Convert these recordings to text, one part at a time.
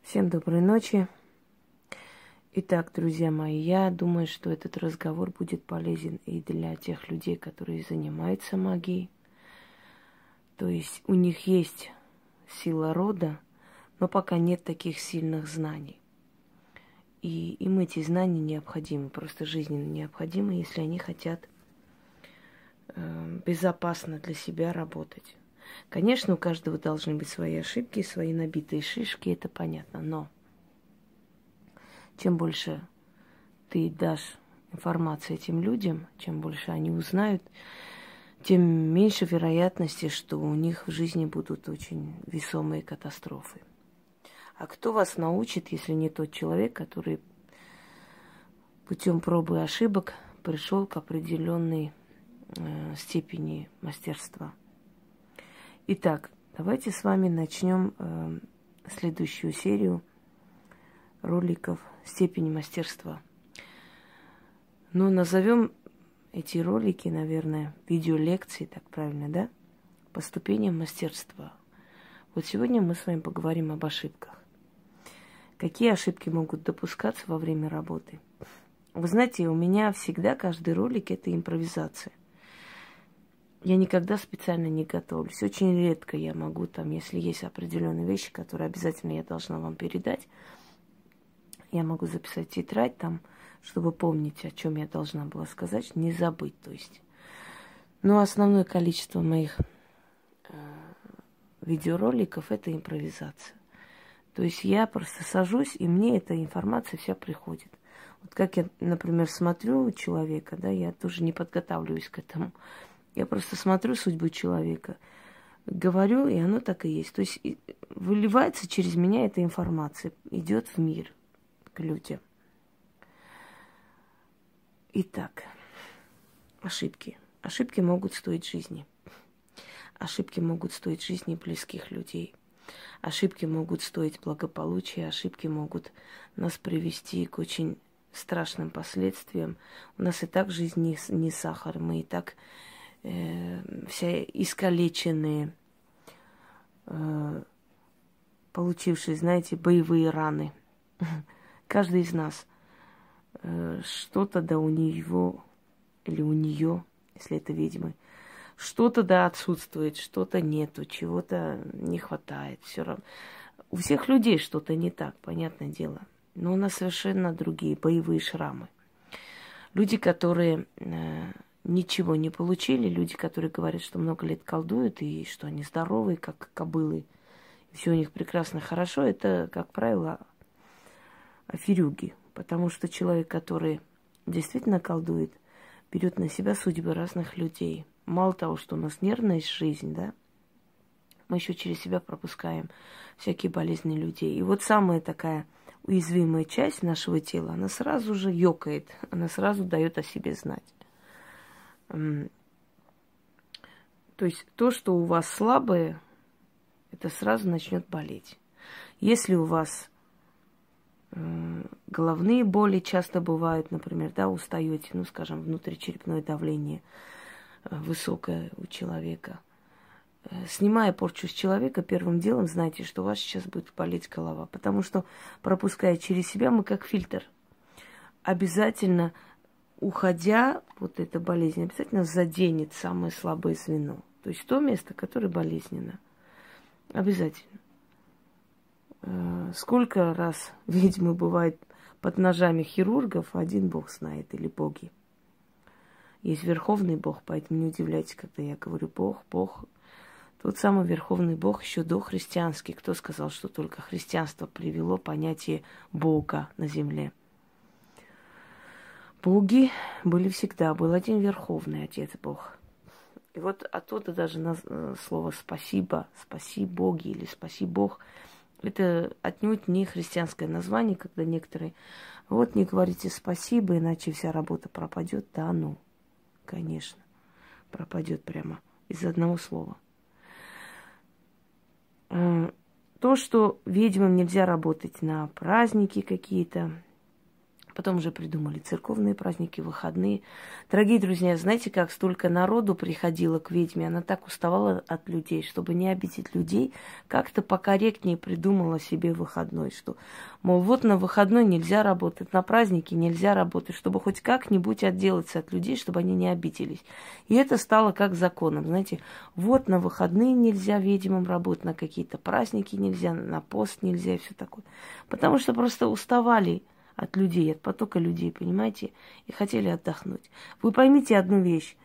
Всем доброй ночи. Итак, друзья мои, я думаю, что этот разговор будет полезен и для тех людей, которые занимаются магией. То есть у них есть сила рода, но пока нет таких сильных знаний. И им эти знания необходимы, просто жизненно необходимы, если они хотят безопасно для себя работать. Конечно, у каждого должны быть свои ошибки, свои набитые шишки, это понятно, но чем больше ты дашь информации этим людям, чем больше они узнают, тем меньше вероятности, что у них в жизни будут очень весомые катастрофы. А кто вас научит, если не тот человек, который путем пробы и ошибок пришел к определенной степени мастерства? Итак, давайте с вами начнем следующую серию роликов «Степень мастерства». Ну, назовем эти ролики, наверное, видеолекции, так правильно, да? По ступеням мастерства. Вот сегодня мы с вами поговорим об ошибках. Какие ошибки могут допускаться во время работы? Вы знаете, у меня всегда каждый ролик – это импровизация. Я никогда специально не готовлюсь. Очень редко я могу, если есть определенные вещи, которые обязательно я должна вам передать, я могу записать тетрадь чтобы помнить, о чем я должна была сказать, не забыть, то есть. Но основное количество моих видеороликов – это импровизация. То есть я просто сажусь, и мне эта информация вся приходит. Вот как я, например, смотрю человека, да, я тоже не подготавливаюсь к этому. Я просто смотрю судьбу человека, говорю, и оно так и есть. То есть выливается через меня эта информация, идет в мир к людям. Итак, ошибки. Ошибки могут стоить жизни. Ошибки могут стоить жизни близких людей. Ошибки могут стоить благополучия. Ошибки могут нас привести к очень страшным последствиям. У нас и так жизнь не сахар. Мы и так все искалеченные, получившие, знаете, боевые раны. Каждый из нас что-то да у него или у нее, если это ведьмы, что-то да отсутствует, что-то нету, чего-то не хватает. Все равно. У всех людей что-то не так, понятное дело. Но у нас совершенно другие боевые шрамы. Люди, которые ничего не получили, люди, которые говорят, что много лет колдуют и что они здоровые, как кобылы, все у них прекрасно, хорошо, это, как правило, аферюги. Потому что человек, который действительно колдует, берет на себя судьбы разных людей. Мало того, что у нас нервная жизнь, да, мы еще через себя пропускаем всякие болезни людей. И вот самая такая уязвимая часть нашего тела, она сразу же ёкает, она сразу дает о себе знать. То есть то, что у вас слабое, это сразу начнет болеть. Если у вас головные боли часто бывают, например, да, устаете, скажем, внутричерепное давление высокое у человека. Снимая порчу с человека, первым делом знайте, что у вас сейчас будет болеть голова. Потому что, пропуская через себя, мы как фильтр. Обязательно, уходя, вот эта болезнь обязательно заденет самое слабое звено. То есть то место, которое болезненно. Обязательно. Сколько раз ведьмы бывает под ножами хирургов, один бог знает, или боги. Есть верховный бог, поэтому не удивляйтесь, когда я говорю бог. Тот самый верховный бог еще дохристианский. Кто сказал, что только христианство привело понятие бога на земле? Боги были всегда, был один верховный отец бог. И вот оттуда даже слово спасибо, спаси боги или спаси бог, это отнюдь не христианское название, когда некоторые, вот не говорите спасибо, иначе вся работа пропадет. Да, конечно, пропадет прямо из одного слова. То, что ведьмам нельзя работать на праздники какие-то, Потом уже придумали церковные праздники, выходные. Дорогие друзья, знаете, как столько народу приходило к ведьме, она так уставала от людей, чтобы не обидеть людей, как-то покорректнее придумала себе выходной, что, мол, вот на выходной нельзя работать, на праздники нельзя работать, чтобы хоть как-нибудь отделаться от людей, чтобы они не обиделись. И это стало как законом, знаете, вот на выходные нельзя ведьмам работать, на какие-то праздники нельзя, на пост нельзя и все такое. Потому что просто уставали от людей, от потока людей, понимаете, и хотели отдохнуть. Вы поймите одну вещь.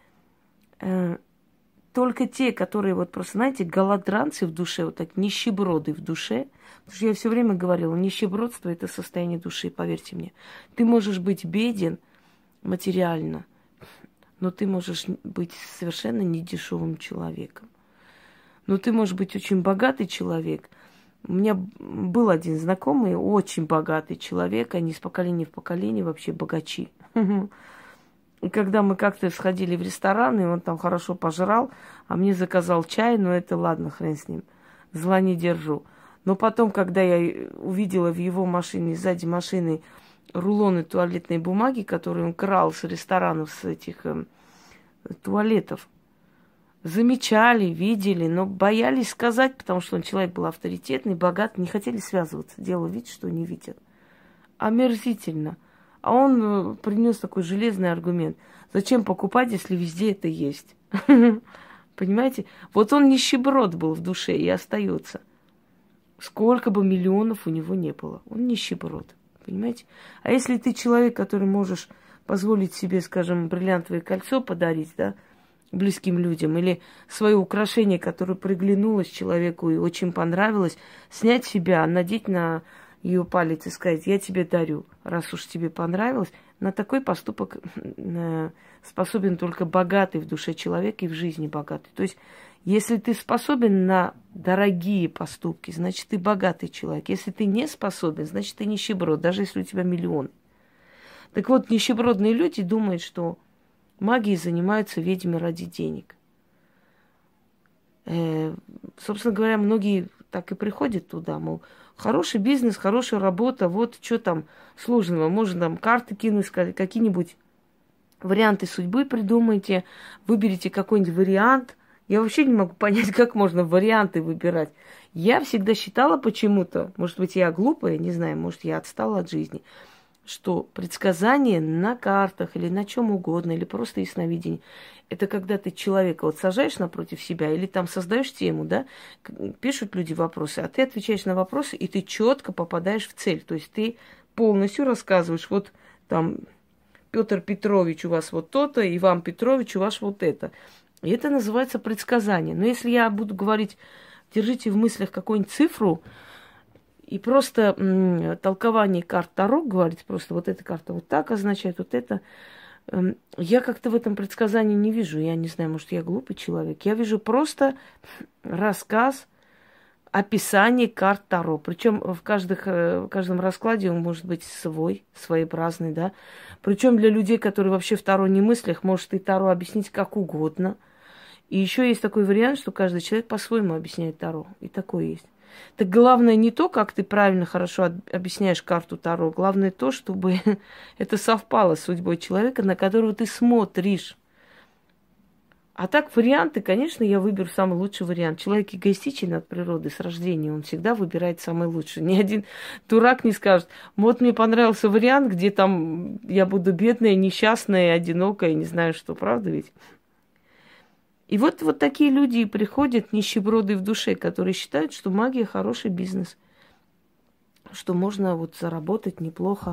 Только те, которые вот просто, знаете, голодранцы в душе, вот так нищеброды в душе, потому что я все время говорила, нищебродство – это состояние души, поверьте мне. Ты можешь быть беден материально, но ты можешь быть совершенно недешевым человеком. Но ты можешь быть очень богатый человек. У меня был один знакомый, очень богатый человек, они из поколения в поколение вообще богачи. И когда мы как-то сходили в ресторан, и он там хорошо пожрал, а мне заказал чай, но это ладно, хрен с ним, зла не держу. Но потом, когда я увидела в его машине, сзади машины, рулоны туалетной бумаги, которые он крал с ресторанов, с этих туалетов, замечали, видели, но боялись сказать, потому что он человек был авторитетный, богатый, не хотели связываться, делал вид, что не видят. Омерзительно. А он принес такой железный аргумент. Зачем покупать, если везде это есть? Понимаете? Вот он нищеброд был в душе и остается. Сколько бы миллионов у него не было. Он нищеброд. Понимаете? А если ты человек, который можешь позволить себе, скажем, бриллиантовое кольцо подарить, да, близким людям, или свое украшение, которое приглянулось человеку и очень понравилось, снять себя, надеть на ее палец и сказать: я тебе дарю, раз уж тебе понравилось. На такой поступок способен только богатый в душе человек и в жизни богатый. То есть, если ты способен на дорогие поступки, значит, ты богатый человек. Если ты не способен, значит, ты нищеброд, даже если у тебя миллион. Так вот, нищебродные люди думают, что магией занимаются ведьмы ради денег. Собственно говоря, многие так и приходят туда, мол, хороший бизнес, хорошая работа, вот что там сложного. Можно там карты кинуть, сказать, какие-нибудь варианты судьбы придумайте, выберите какой-нибудь вариант. Я вообще не могу понять, как можно варианты выбирать. Я всегда считала почему-то, может быть, я глупая, не знаю, может, я отстала от жизни, что предсказание на картах или на чем угодно, или просто ясновидение, это когда ты человека вот сажаешь напротив себя или там создаешь тему, да, пишут люди вопросы, а ты отвечаешь на вопросы, и ты четко попадаешь в цель. То есть ты полностью рассказываешь, вот там Петр Петрович у вас вот то-то, Иван Петрович у вас вот это. И это называется предсказание. Но если я буду говорить, держите в мыслях какую-нибудь цифру, и просто толкование карт Таро говорить, просто вот эта карта вот так означает, вот это. Я как-то в этом предсказании не вижу. Я не знаю, может, я глупый человек. Я вижу просто рассказ, описание карт Таро. Причем в каждом раскладе он может быть свой, своеобразный, да. Причем для людей, которые вообще в Таро не мыслях, может и Таро объяснить как угодно. И еще есть такой вариант, что каждый человек по-своему объясняет Таро. И такое есть. Так главное не то, как ты правильно, хорошо объясняешь карту Таро. Главное то, чтобы это совпало с судьбой человека, на которого ты смотришь. А так варианты, конечно, я выберу самый лучший вариант. Человек эгоистичен от природы, с рождения. Он всегда выбирает самый лучший. Ни один дурак не скажет: вот мне понравился вариант, где там я буду бедная, несчастная, одинокая, не знаю что. Правда ведь? И вот такие люди и приходят, нищеброды в душе, которые считают, что магия хороший бизнес, что можно вот заработать неплохо.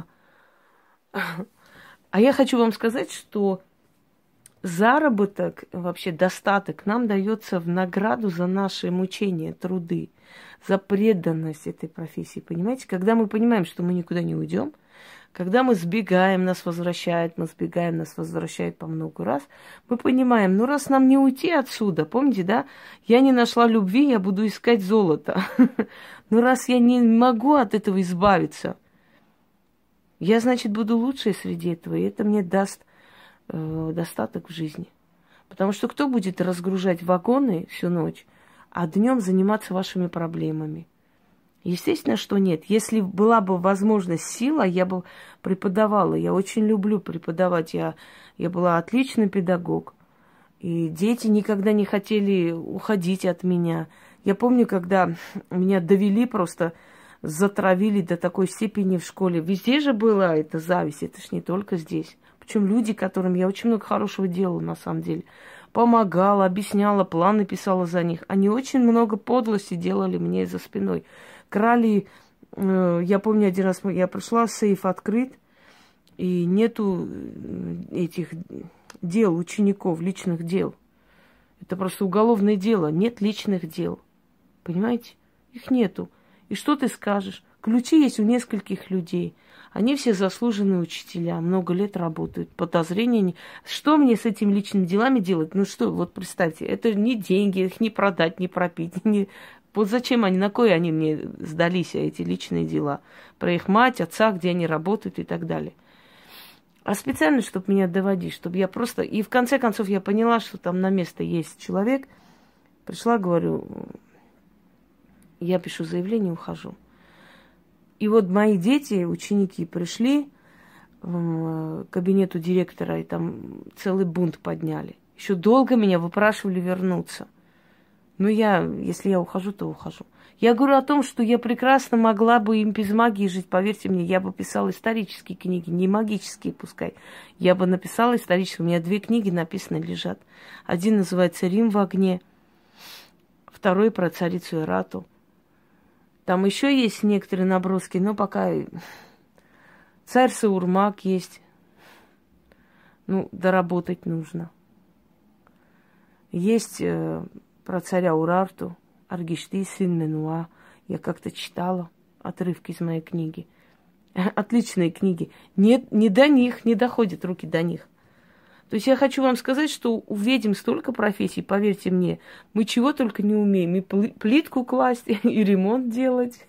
А я хочу вам сказать, что заработок, вообще достаток нам дается в награду за наши мучения, труды, за преданность этой профессии. Понимаете, когда мы понимаем, что мы никуда не уйдем, когда мы сбегаем, нас возвращает, мы сбегаем, нас возвращает по много раз, мы понимаем, ну раз нам не уйти отсюда, помните, да, я не нашла любви, я буду искать золото. Но раз я не могу от этого избавиться, я, значит, буду лучшей среди этого, и это мне даст достаток в жизни. Потому что кто будет разгружать вагоны всю ночь, а днем заниматься вашими проблемами? Естественно, что нет. Если была бы возможность, сила, я бы преподавала. Я очень люблю преподавать. Я была отличный педагог. И дети никогда не хотели уходить от меня. Я помню, когда меня довели просто, затравили до такой степени в школе. Везде же была эта зависть, это ж не только здесь. Причем люди, которым я очень много хорошего делала, на самом деле. Помогала, объясняла, планы писала за них. Они очень много подлости делали мне за спиной. Крали, я помню, один раз я пришла, сейф открыт, и нету этих дел учеников, личных дел. Это просто уголовное дело, нет личных дел. Понимаете? Их нету. И что ты скажешь? Ключи есть у нескольких людей. Они все заслуженные учителя, много лет работают. Подозрения не... Что мне с этими личными делами делать? Ну что, вот представьте, это не деньги, их не продать, не пропить. Не... Вот зачем они, на кой они мне сдались, эти личные дела? Про их мать, отца, где они работают и так далее. А специально, чтобы меня доводить, чтобы я просто... И в конце концов я поняла, что там на место есть человек. Пришла, говорю, я пишу заявление, ухожу. И вот мои дети, ученики, пришли к кабинету директора, и там целый бунт подняли. Еще долго меня выпрашивали вернуться. Но если я ухожу, то ухожу. Я говорю о том, что я прекрасно могла бы им без магии жить. Поверьте мне, я бы писала исторические книги, не магические пускай. Я бы написала исторические. У меня 2 книги написаны, лежат. Один называется «Рим в огне», второй про царицу Ирату. Там еще есть некоторые наброски, но пока царь Саурмак есть. Ну, доработать нужно. Есть про царя Урарту, Аргишты, сын Менуа. Я как-то читала отрывки из моей книги. Отличные книги. Нет, не до них, не доходят руки до них. То есть я хочу вам сказать, что у ведьм столько профессий, поверьте мне, мы чего только не умеем. И плитку класть, и ремонт делать,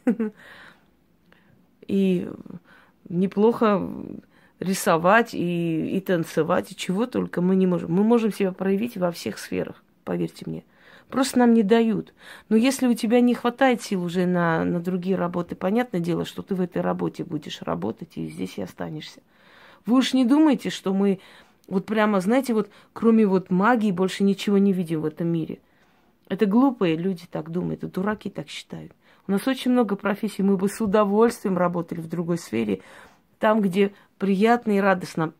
и неплохо рисовать, и танцевать, и чего только мы не можем. Мы можем себя проявить во всех сферах, поверьте мне. Просто нам не дают. Но если у тебя не хватает сил уже на другие работы, понятное дело, что ты в этой работе будешь работать, и здесь и останешься. Вы уж не думайте, что мы... Вот прямо, знаете, вот кроме вот магии больше ничего не видим в этом мире. Это глупые люди так думают, это дураки так считают. У нас очень много профессий, мы бы с удовольствием работали в другой сфере, там, где приятно и радостно.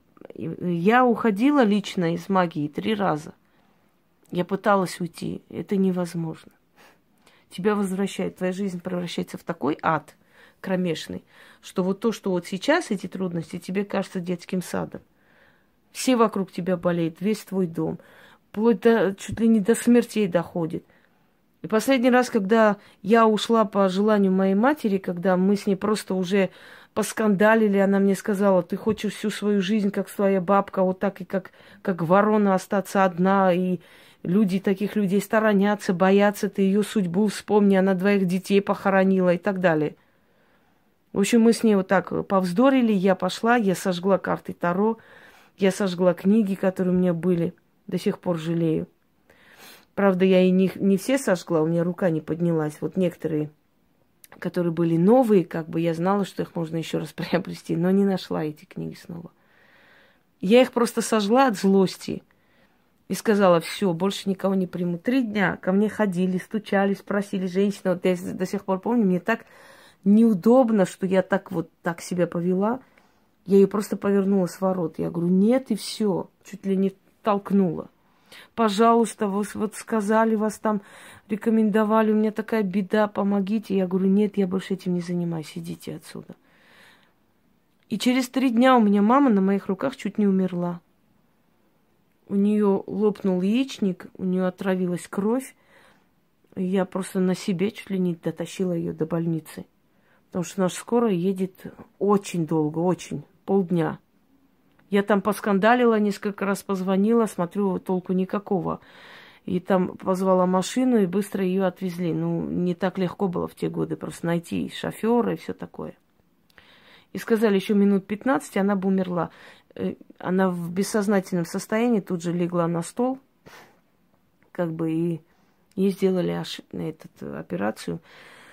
Я уходила лично из магии 3 раза. Я пыталась уйти, это невозможно. Тебя возвращает, твоя жизнь превращается в такой ад кромешный, что вот то, что вот сейчас эти трудности, тебе кажется детским садом. Все вокруг тебя болеют, весь твой дом. Вплоть до, чуть ли не до смертей доходит. И последний раз, когда я ушла по желанию моей матери, когда мы с ней просто уже поскандалили, она мне сказала, ты хочешь всю свою жизнь, как твоя бабка, вот так и как ворона остаться одна, и люди, таких людей сторонятся, боятся, ты ее судьбу вспомни, она 2 детей похоронила и так далее. В общем, мы с ней вот так повздорили, я пошла, я сожгла карты Таро, я сожгла книги, которые у меня были. До сих пор жалею. Правда, я и не все сожгла, у меня рука не поднялась. Вот некоторые, которые были новые, как бы я знала, что их можно еще раз приобрести, но не нашла эти книги снова. Я их просто сожгла от злости и сказала, все, больше никого не приму. 3 дня ко мне ходили, стучались, просили женщины. Вот я до сих пор помню, мне так неудобно, что я так себя повела. Я ее просто повернула с ворот. Я говорю, нет, и все. Чуть ли не толкнула. Пожалуйста, вот сказали, вас там рекомендовали, у меня такая беда, помогите. Я говорю, нет, я больше этим не занимаюсь, идите отсюда. И через 3 дня у меня мама на моих руках чуть не умерла. У нее лопнул яичник, у нее отравилась кровь. И я просто на себе чуть ли не дотащила ее до больницы. Потому что наша скорая едет очень долго, очень. Полдня. Я там поскандалила, несколько раз позвонила, смотрю, толку никакого. И там позвала машину, и быстро ее отвезли. Ну, не так легко было в те годы просто найти шофера и все такое. И сказали, еще минут 15, она бы умерла. Она в бессознательном состоянии тут же легла на стол, как бы, и ей сделали операцию.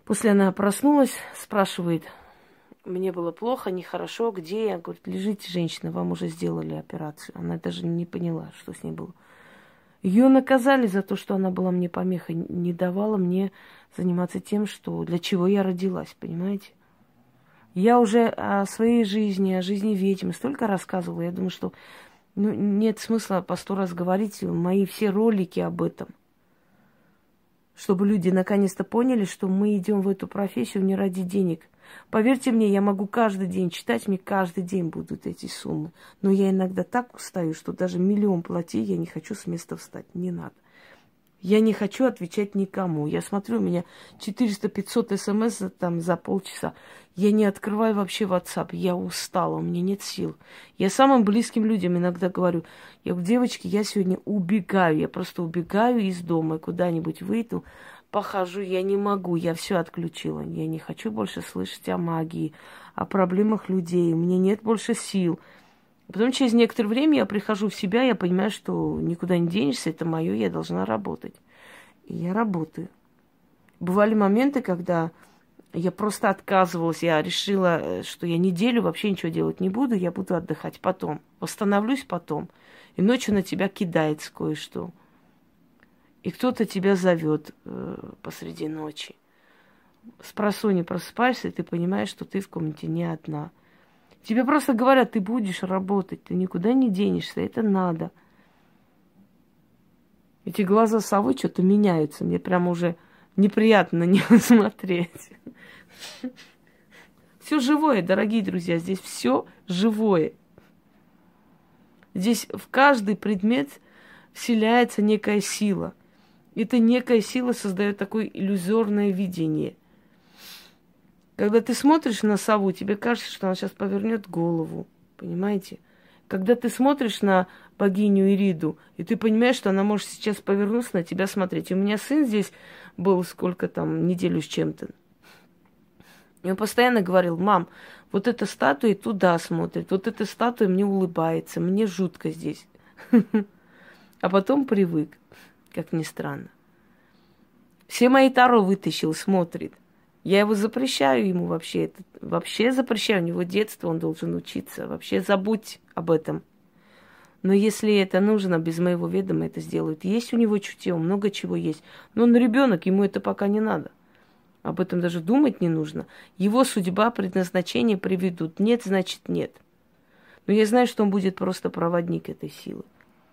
После она проснулась, спрашивает, мне было плохо, нехорошо, где я? Говорит, лежите, женщина, вам уже сделали операцию. Она даже не поняла, что с ней было. Ее наказали за то, что она была мне помехой, не давала мне заниматься тем, что для чего я родилась, понимаете? Я уже о своей жизни, о жизни ведьм столько рассказывала. Я думаю, что нет смысла по 100 раз говорить мои все ролики об этом. Чтобы люди наконец-то поняли, что мы идем в эту профессию не ради денег. Поверьте мне, я могу каждый день читать, мне каждый день будут эти суммы. Но я иногда так устаю, что даже 1 000 000 плати, я не хочу с места встать. Не надо. Я не хочу отвечать никому. Я смотрю, у меня 400-500 смс там за полчаса. Я не открываю вообще WhatsApp. Я устала, у меня нет сил. Я самым близким людям иногда говорю, я говорю, девочки, я сегодня убегаю. Я просто убегаю из дома, куда-нибудь выйду, похожу. Я не могу, я все отключила. Я не хочу больше слышать о магии, о проблемах людей. У меня нет больше сил. Потом через некоторое время я прихожу в себя, я понимаю, что никуда не денешься, это мое, я должна работать. И я работаю. Бывали моменты, когда я просто отказывалась, я решила, что я неделю вообще ничего делать не буду, я буду отдыхать потом, восстановлюсь потом. И ночью на тебя кидается кое-что. И кто-то тебя зовет посреди ночи. Спросонья просыпаешься, и ты понимаешь, что ты в комнате не одна. Тебе просто говорят, ты будешь работать, ты никуда не денешься, это надо. Эти глаза совы что-то меняются, мне прямо уже неприятно на них смотреть. Все живое, дорогие друзья, здесь все живое. Здесь в каждый предмет вселяется некая сила. Эта некая сила создает такое иллюзорное видение. Когда ты смотришь на сову, тебе кажется, что она сейчас повернет голову. Понимаете? Когда ты смотришь на богиню Ириду, и ты понимаешь, что она может сейчас повернуться на тебя смотреть. И у меня сын здесь был сколько там, неделю с чем-то. И он постоянно говорил, мам, вот эта статуя туда смотрит, вот эта статуя мне улыбается, мне жутко здесь. А потом привык, как ни странно. Все мои таро вытащил, смотрит. Я его запрещаю ему вообще. Вообще запрещаю. У него детство, он должен учиться. Вообще забудь об этом. Но если это нужно, без моего ведома это сделают. Есть у него чутье, много чего есть. Но он ребенок, ему это пока не надо. Об этом даже думать не нужно. Его судьба, предназначение приведут. Нет, значит нет. Но я знаю, что он будет просто проводник этой силы.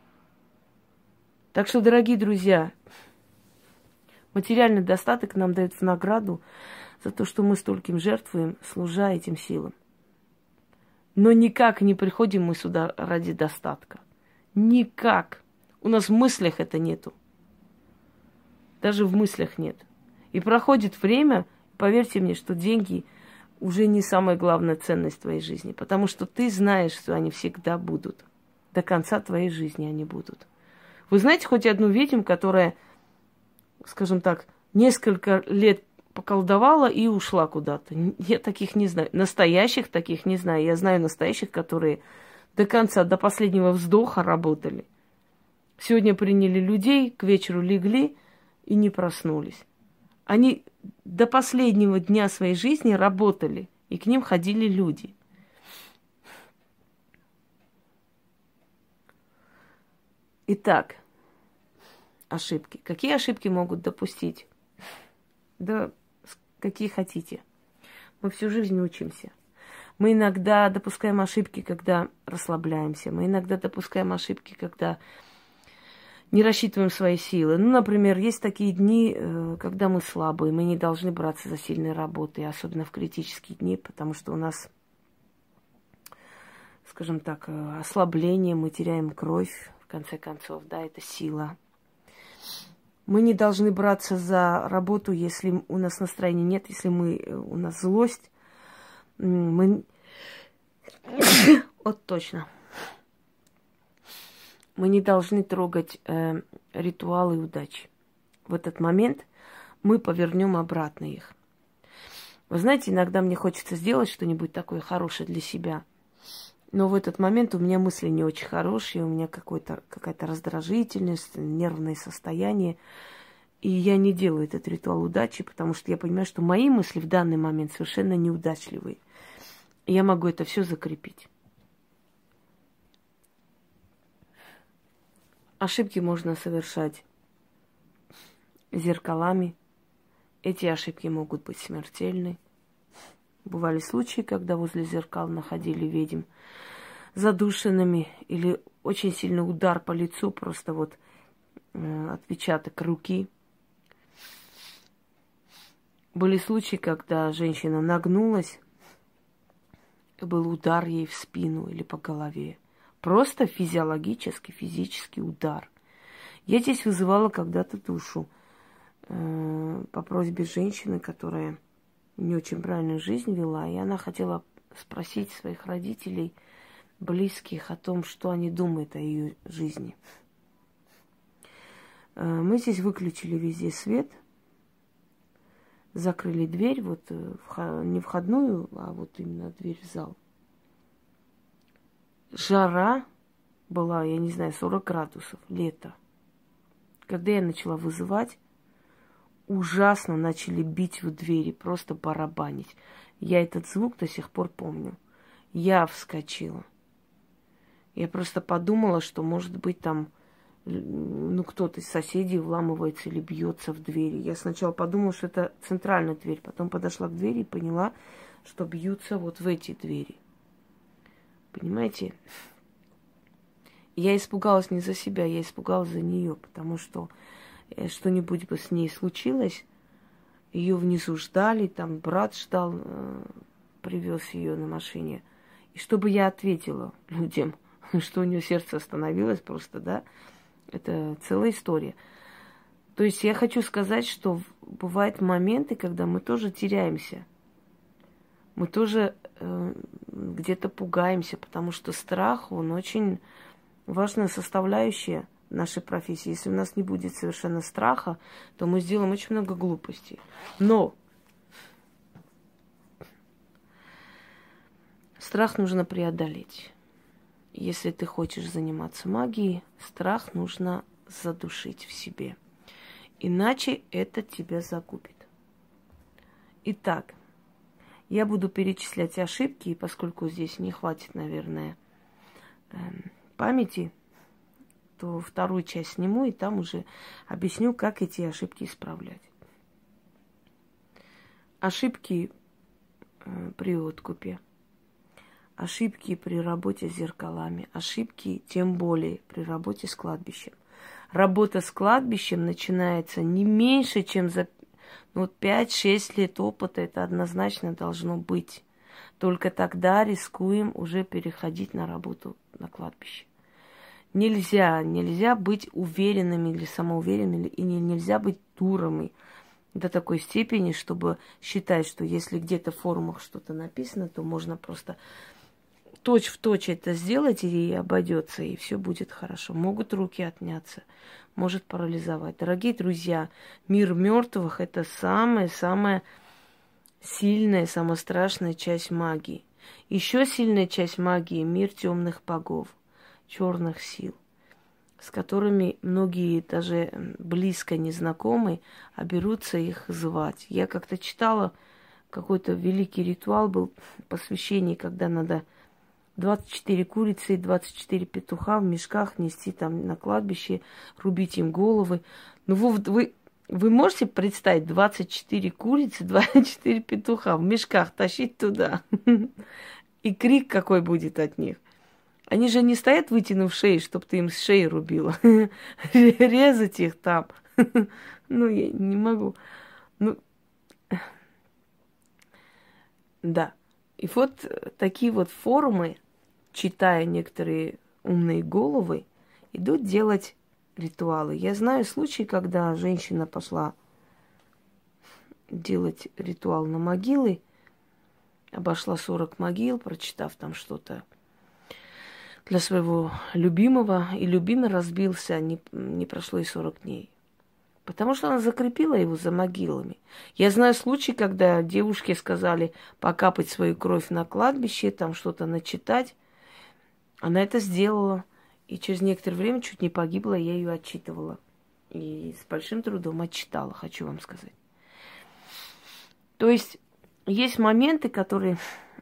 Так что, дорогие друзья, материальный достаток нам дает в награду за то, что мы стольким жертвуем, служа этим силам. Но никак не приходим мы сюда ради достатка. Никак. У нас в мыслях это нету. Даже в мыслях нет. И проходит время, поверьте мне, что деньги уже не самая главная ценность в твоей жизни. Потому что ты знаешь, что они всегда будут. До конца твоей жизни они будут. Вы знаете хоть одну ведьму, которая, скажем так, несколько лет поколдовала и ушла куда-то? Я таких не знаю. Настоящих таких не знаю. Я знаю настоящих, которые до конца, до последнего вздоха работали. Сегодня приняли людей, к вечеру легли и не проснулись. Они до последнего дня своей жизни работали, и к ним ходили люди. Итак, ошибки. Какие ошибки могут допустить? Да какие хотите. Мы всю жизнь учимся. Мы иногда допускаем ошибки, когда расслабляемся. Мы иногда допускаем ошибки, когда не рассчитываем свои силы. Ну, например, есть такие дни, когда мы слабые, мы не должны браться за сильные работы, особенно в критические дни, потому что у нас, скажем так, ослабление, мы теряем кровь, в конце концов, да, это сила. Мы не должны браться за работу, если у нас настроения нет, если у нас злость. Вот точно. Мы не должны трогать ритуалы удачи. В этот момент мы повернем обратно их. Вы знаете, иногда мне хочется сделать что-нибудь такое хорошее для себя. Но в этот момент у меня мысли не очень хорошие, у меня какая-то раздражительность, нервное состояние. И я не делаю этот ритуал удачи, потому что я понимаю, что мои мысли в данный момент совершенно неудачливые. И я могу это все закрепить. Ошибки можно совершать зеркалами. Эти ошибки могут быть смертельны. Бывали случаи, когда возле зеркал находили ведьм задушенными или очень сильный удар по лицу, просто вот отпечаток руки. Были случаи, когда женщина нагнулась, и был удар ей в спину или по голове. Просто физиологический, физический удар. Я здесь вызывала когда-то душу по просьбе женщины, которая не очень правильную жизнь вела, и она хотела спросить своих родителей, близких, о том, что они думают о ее жизни. Мы здесь выключили везде свет, закрыли дверь, вот не входную, а вот именно дверь в зал. Жара была, я не знаю, 40 градусов, лето. Когда я начала вызывать, ужасно начали бить в двери, просто барабанить. Я этот звук до сих пор помню. Я вскочила. Я просто подумала, что, может быть, там кто-то из соседей вламывается или бьется в двери. Я сначала подумала, что это центральная дверь. Потом подошла к двери и поняла, что бьются вот в эти двери. Понимаете? Я испугалась не за себя, я испугалась за нее, потому что что-нибудь бы с ней случилось. Ее внизу ждали, там брат ждал, привез ее на машине. И чтобы я ответила людям, что у нее сердце остановилось просто, да, это целая история. То есть я хочу сказать, что бывают моменты, когда мы тоже теряемся. Мы тоже где-то пугаемся, потому что страх, он очень важная составляющая нашей профессии. Если у нас не будет совершенно страха, то мы сделаем очень много глупостей. Но страх нужно преодолеть. Если ты хочешь заниматься магией, страх нужно задушить в себе. Иначе это тебя загубит. Итак, я буду перечислять ошибки, и поскольку здесь не хватит, наверное, памяти, то вторую часть сниму, и там уже объясню, как эти ошибки исправлять. Ошибки при откупе. Ошибки при работе с зеркалами, ошибки тем более при работе с кладбищем. Работа с кладбищем начинается не меньше, чем за 5-6 лет опыта. Это однозначно должно быть. Только тогда рискуем уже переходить на работу на кладбище. Нельзя быть уверенными или самоуверенными, и нельзя быть дурами до такой степени, чтобы считать, что если где-то в форумах что-то написано, то можно просто точь-в-точь это сделать, и обойдется, и все будет хорошо. Могут руки отняться, может парализовать. Дорогие друзья, мир мертвых – это самая-самая сильная, самая страшная часть магии. Еще сильная часть магии – мир темных богов, черных сил, с которыми многие даже близко не знакомы, а берутся их звать. Я как-то читала, какой-то великий ритуал был посвящение, когда надо 24 курицы и 24 петуха в мешках нести там на кладбище, рубить им головы. Ну, вы можете представить 24 курицы, 24 петуха в мешках тащить туда? И крик какой будет от них. Они же не стоят, вытянув шеи, чтобы ты им с шеи рубила. Резать их там. Ну, я не могу. Ну, да. И вот такие вот форумы, читая некоторые умные головы, идут делать ритуалы. Я знаю случаи, когда женщина пошла делать ритуал на могилы, обошла 40 могил, прочитав там что-то для своего любимого, и любимый разбился, не прошло и 40 дней. Потому что она закрепила его за могилами. Я знаю случаи, когда девушке сказали покапать свою кровь на кладбище, там что-то начитать. Она это сделала. И через некоторое время чуть не погибла, я ее отчитывала. и с большим трудом отчитала, хочу вам сказать. То есть моменты, которые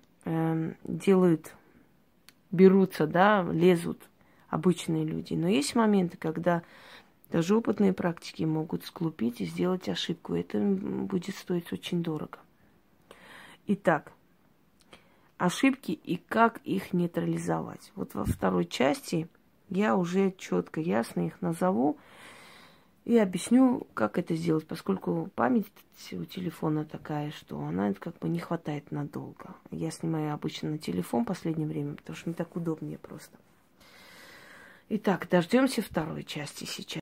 берутся, да, лезут обычные люди. Но есть моменты, когда даже опытные практики могут сглупить и сделать ошибку. Это будет стоить очень дорого. Итак, ошибки и как их нейтрализовать. Вот во второй части я уже четко, ясно их назову и объясню, как это сделать, поскольку память у телефона такая, что она как бы не хватает надолго. Я снимаю обычно на телефон в последнее время, потому что мне так удобнее просто. Итак, дождемся второй части сейчас.